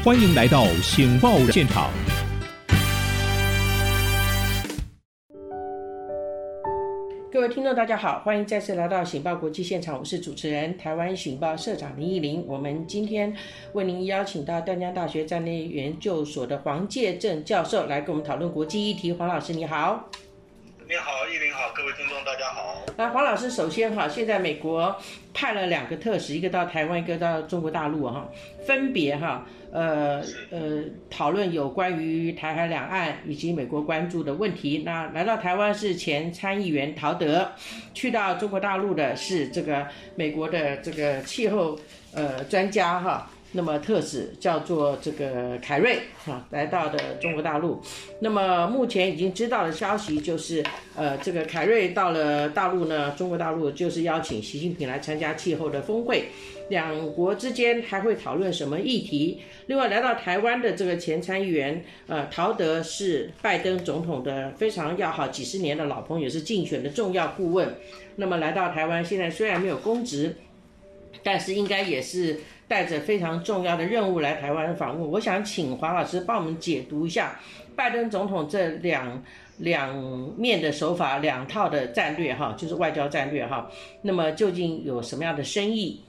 欢迎来到醒报现场。 各位听众大家好，欢迎再次来到醒报国际现场，我是主持人台湾醒报社长林义玲。我们今天为您邀请到淡江大学战略研究所的黄介正教授来跟我们讨论国际议题。黄老师你好。 你好，义玲好，各位听众大家好。 那黄老师首先现在美国派了2个特使，一个到台湾，一个到中国大陆分别讨论有关于台海两岸以及美国关注的问题。那来到台湾是前参议员陶德，去到中国大陆的是这个美国的这个气候专家那么特使叫做这个凯瑞来到的中国大陆。那么目前已经知道的消息就是这个凯瑞到了大陆呢，中国大陆就是邀请习近平来参加气候的峰会，两国之间还会讨论什么议题。另外来到台湾的这个前参议员陶德是拜登总统的非常要好几十年的老朋友，也是竞选的重要顾问。那么来到台湾，现在虽然没有公职，但是应该也是带着非常重要的任务来台湾访问。我想请黄老师帮我们解读一下拜登总统这两面的手法，2套的战略就是外交战略那么究竟有什么样的深意？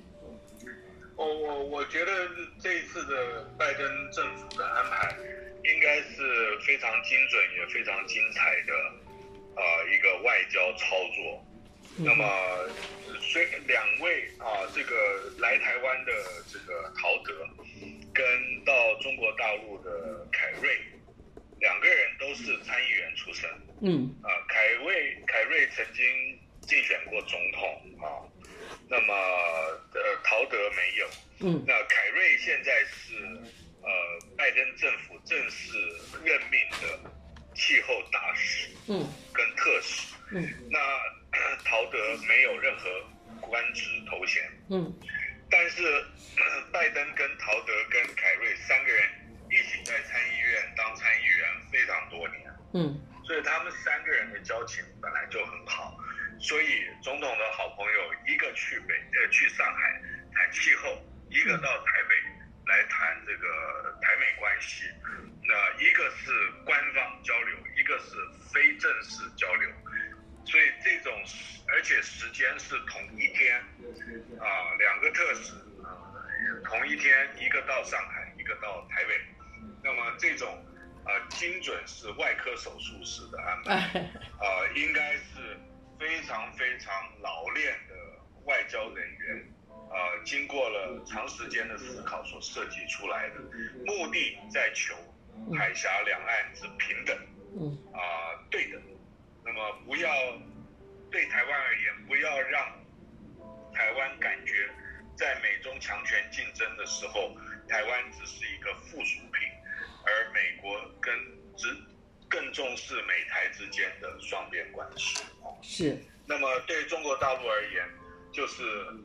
我觉得这一次的拜登政府的安排应该是非常精准也非常精彩的一个外交操作。那么虽2位这个来台湾的这个陶德跟到中国大陆的凯瑞，2个人都是参议员出身。凯瑞曾经竞选过总统那么陶德没有。那凯瑞现在是拜登政府正式任命的气候大使跟特使。那陶德没有任何官职头衔。但是拜登跟陶德跟凯瑞3个人一起在参议院当参议员非常多年。所以他们3个人的交情本来就很好。所以总统的好朋友一个去上海谈气候，一个到台北来谈这个台美关系。那一个是官方交流，一个是非正式交流。所以这种而且时间是同一天2个特使同一天，一个到上海，一个到台北。那么这种精准是外科手术式的安排应该是非常非常老练的外交人员经过了长时间的思考所设计出来的，目的在求海峡两岸之平等对等。那么不要对台湾而言，不要让台湾感觉在美中强权竞争的时候，台湾只是一个附属品，而美国更重视美台之间的双边关系。 是。 那么对中国大陆而言，就是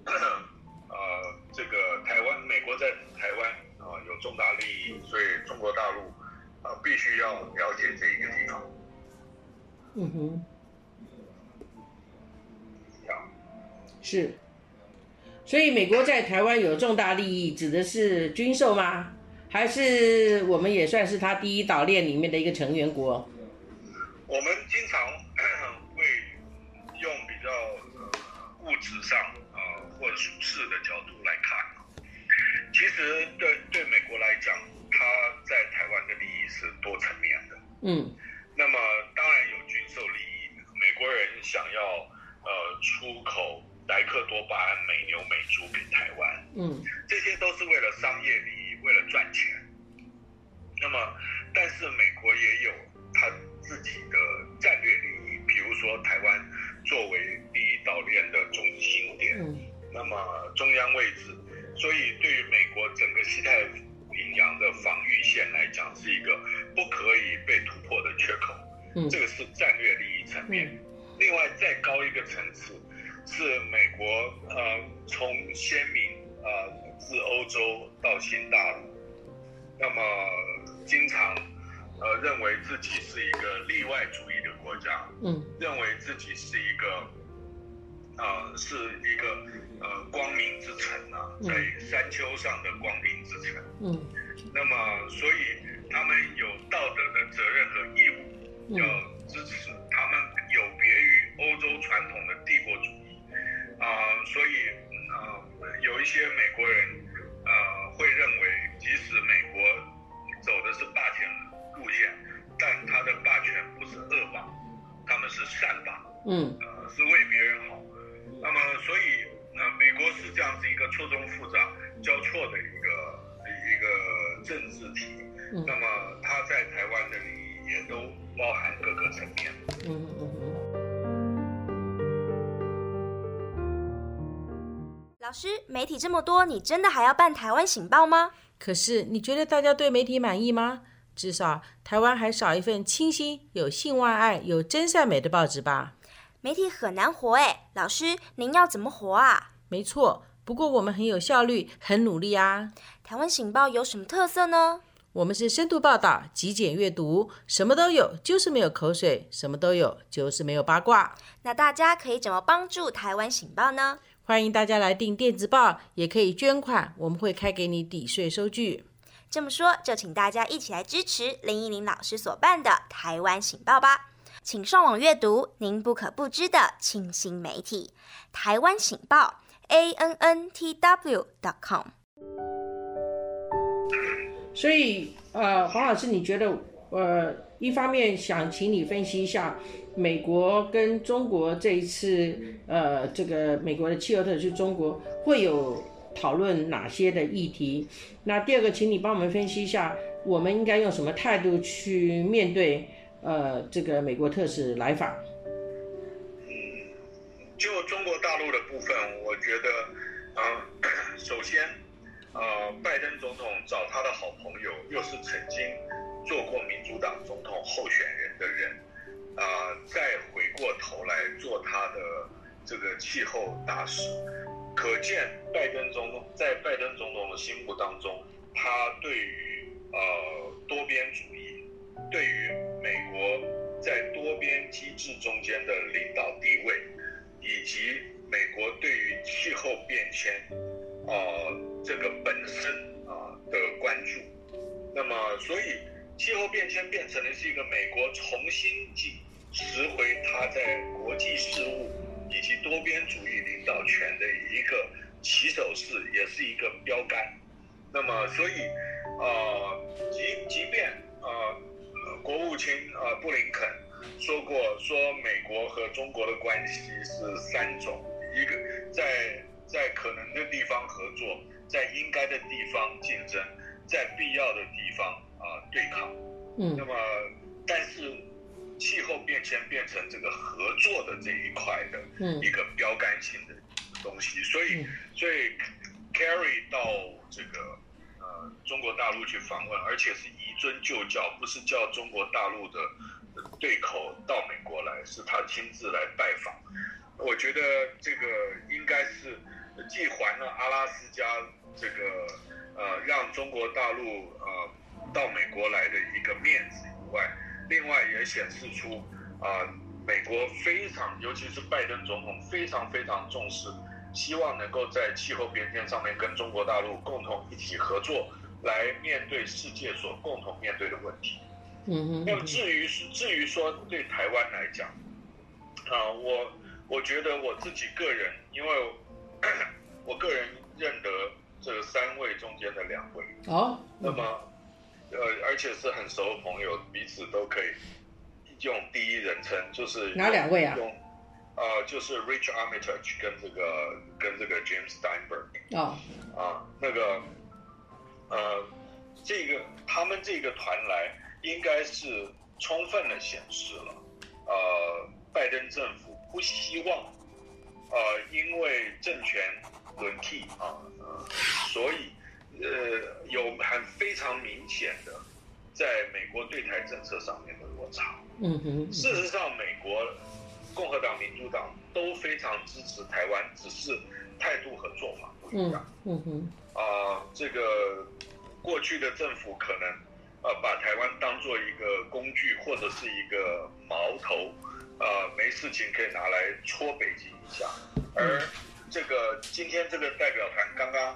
这个美国在台湾有重大利益，所以中国大陆必须要了解这一个地方。 是。所以美国在台湾有重大利益，指的是军售吗？还是我们也算是他第一岛链里面的一个成员国？ 我们经常会用比较物质上或者属事的角度来看。其实对美国来讲，他在台湾的利益是多层面的。那么当然有军售利益，美国人想要出口莱克多巴胺、美牛、美猪给台湾，这些都是为了商业利益，为了赚钱。那么但是美国也有他自己的战略利益，比如说台湾作为第一岛链的中心点，那么中央位置，所以对于美国整个西太平洋的防御线来讲，是一个不可以被突破的缺口。这个是战略利益层面。另外再高一个层次是美国从先民自欧洲到新大陆，那么经常认为自己是一个例外主义的国家，认为自己是一个光明之城啊， 在山丘上的光明之城。那么所以他们有道德的责任和义务，要支持他们有别于欧洲传统的帝国主义所以有一些美国人会认为，即使美国走的是霸权路线，但他的霸权不是恶霸，他们是善霸，是为别人好。那么所以美国是这样子一个错综复杂交错的一个政治体，那么它在台湾的利益也都包含各个层面。 老师，媒体这么多，你真的还要办台湾醒报吗？ 可是你觉得大家对媒体满意吗？至少台湾还少一份清新、有性万爱、有真善美的报纸吧。 媒体很难活耶，老师，您要怎么活啊？ 没错，不过我们很有效率，很努力啊。 台湾醒报有什么特色呢？ 我们是深度报道、极简阅读，什么都有，就是没有口水；什么都有，就是没有八卦。 那大家可以怎么帮助台湾醒报呢？ 欢迎大家来订电子报，也可以捐款，我们会开给你抵税收据。 这么说，就请大家一起来支持林依林老师所办的台湾醒报吧。请上网阅读您不可不知的清新媒体台湾醒报 ANNTW.com。 所以黄老师，你觉得一方面想请你分析一下美国跟中国这一次这个美国的气候特区中国会有讨论哪些的议题？那第二个，请你帮我们分析一下，我们应该用什么态度去面对这个美国特使来访？ 就中国大陆的部分，我觉得首先拜登总统找他的好朋友，又是曾经做过民主党总统候选人的人再回过头来做他的这个气候大使，可见在拜登总统的心目当中，他对于多边主义，对于美国在多边机制中间的领导地位，以及美国对于气候变迁这个本身的关注。那么所以气候变迁变成的是一个美国重新拾回他在国际事务以及多边主义领导权的一个起手式，也是一个标杆。那么所以即便国务卿布林肯说美国和中国的关系是三种，一个在可能的地方合作，在应该的地方竞争，在必要的地方对抗。那么但是气候变迁变成这个合作的这一块的一个标杆性的东西，所以 Kerry 到这个中国大陆去访问，而且是移遵就教，不是叫中国大陆的对口到美国来，是他亲自来拜访。我觉得这个应该是既还了阿拉斯加这个让中国大陆到美国来的一个面子以外，另外也显示出美国非常，尤其是拜登总统非常非常重视，希望能够在气候变迁上面跟中国大陆共同一起合作，来面对世界所共同面对的问题。那么至于说对台湾来讲我觉得我自己个人，因为我个人认得这三位中间的两位那么而且是很熟的朋友，彼此都可以用第一人称，就是哪两位啊？ 就是 Rich Armitage 跟这个 James Steinberg 那个他们这个团来，应该是充分的显示了拜登政府不希望因为政权轮替所以有非常明显的在美国对台政策上面的落差。事实上美国共和党、民主党都非常支持台湾，只是态度和做法不一样。这个过去的政府可能把台湾当作一个工具或者是一个矛头，没事情可以拿来戳北京一下。而今天这个代表团刚刚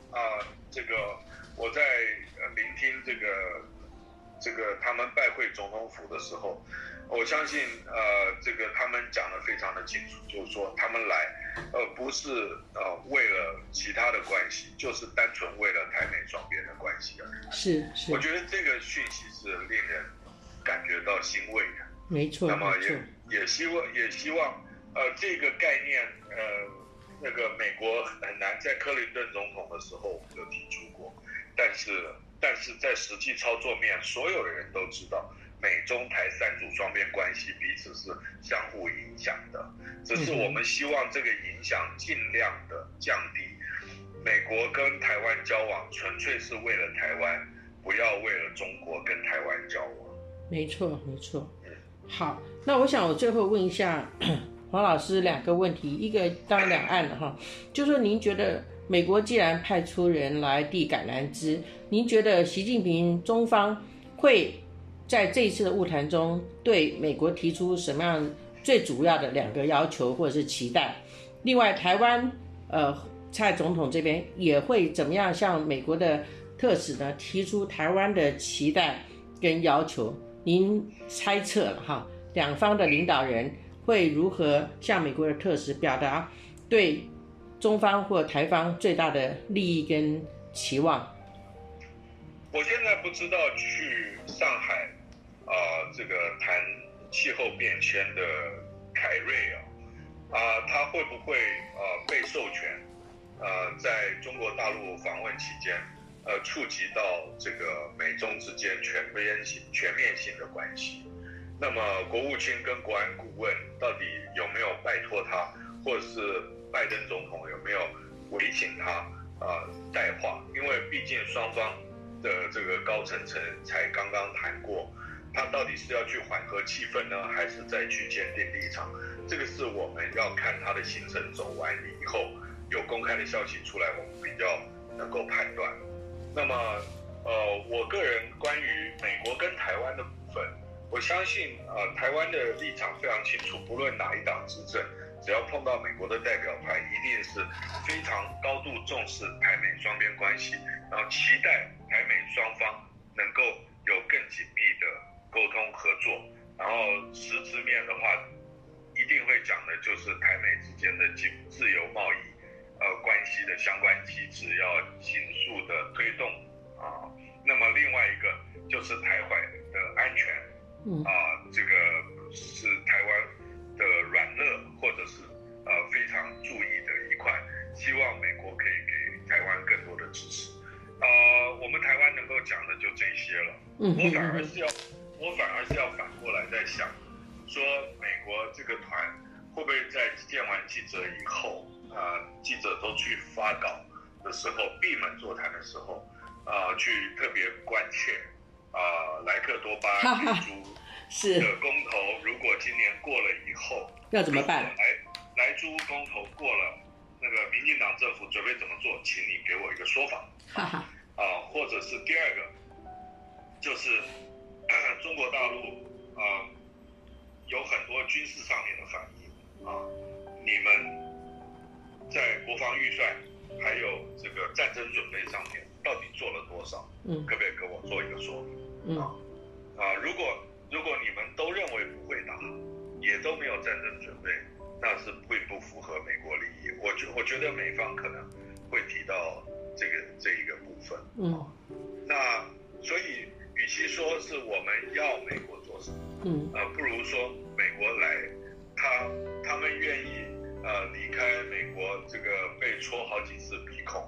这个我在聆听这个他们拜会总统府的时候，我相信这个他们讲得非常的清楚，就是说他们来不是为了其他的关系，就是单纯为了台美双边的关系而已。 是， 我觉得这个讯息是令人感觉到欣慰的。 没错。 那么也希望这个概念那个美国很难，在克林顿总统的时候我们就提出过，但是在实际操作面，所有的人都知道，美中台三组双边关系彼此是相互影响的，只是我们希望这个影响尽量的降低。美国跟台湾交往纯粹是为了台湾，不要为了中国跟台湾交往。 没错。好，那我想我最后问一下黄老师2个问题，一个当然两岸了哈，就是说您觉得美国既然派出人来递橄榄枝，您觉得习近平中方会在这一次的晤谈中对美国提出什么样最主要的2个要求或者是期待？另外，台湾蔡总统这边也会怎么样向美国的特使呢提出台湾的期待跟要求？您猜测了哈，两方的领导人会如何向美国的特使表达对中方或台方最大的利益跟期望？ 我现在不知道去上海这个谈气候变迁的凯瑞他会不会被授权在中国大陆访问期间触及到这个美中之间全面性的关系？那么国务卿跟国安顾问到底有没有拜托他，或者是拜登总统有没有委请他带话？因为毕竟双方的这个高层才刚刚谈过，他到底是要去缓和气氛呢，还是再去坚定立场？这个是我们要看他的行程走完以后，有公开的消息出来，我们比较能够判断。那么我个人关于美国跟台湾的部分，我相信台湾的立场非常清楚，不论哪一党执政，只要碰到美国的代表团，一定是非常高度重视台美双边关系，然后期待台美双方能够有更紧密的沟通合作，然后实质面的话，一定会讲的就是台美之间的自由贸易关系的相关机制要迅速的推动那么另外一个就是台海的安全这个是台湾的软肋或者是非常注意的一块，希望美国可以给台湾更多的支持。我们台湾能够讲的就这些了。我反而是要反过来在想，说美国这个团会不会在见完记者以后记者都去发稿的时候，闭门座谈的时候去特别关切莱克多巴女猪的公投，如果今年过了以后要怎么办？ 莱猪公投过了，那个民进党政府准备怎么做？请你给我一个说法。或者是第二个，就是中国大陆有很多军事上面的反应你们在国防预算还有这个战争准备上面到底做了多少？可不可以跟我做一个说明？如果你们都认为不会打，也都没有战争准备，那是并不符合美国利益。我觉得美方可能会提到这一个部分。那所以与其说是我们要美国做什么，不如说美国来，他们愿意离开美国这个被戳好几次鼻孔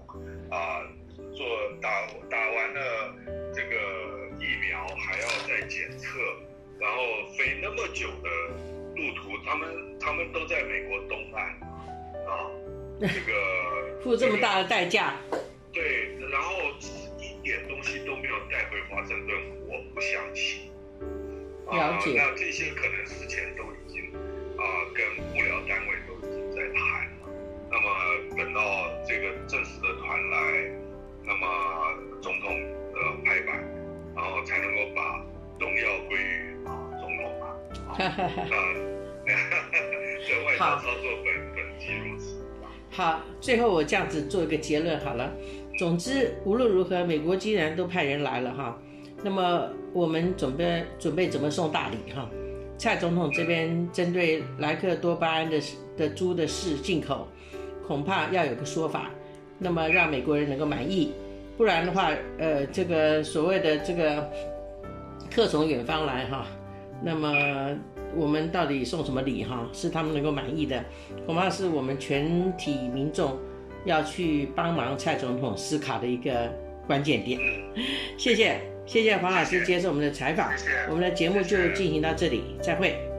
打完了这个疫苗还要再检测，然后飞那么久的路途，他们都在美国东岸这个付这么大的代价。 对，然后一点东西都没有带回华盛顿，我不想起。 了解。 那这些可能事前都已经跟幕僚单位都已经在谈了。那么等到这个正式的团来，那么总统的拍板，然后才能够把荣耀归于总统这外交操作本即如此。 好，最后我这样子做一个结论好了。 总之无论如何，美国既然都派人来了哈，那么我们准备怎么送大礼哈？蔡总统这边针对莱克多巴胺的猪的事进口，恐怕要有个说法，那么让美国人能够满意，不然的话，这个所谓的这个客从远方来哈，那么我们到底送什么礼哈，是他们能够满意的，恐怕是我们全体民众要去帮忙蔡总统思考的一个关键点。谢谢黄老师接受我们的采访，我们的节目就进行到这里，再会。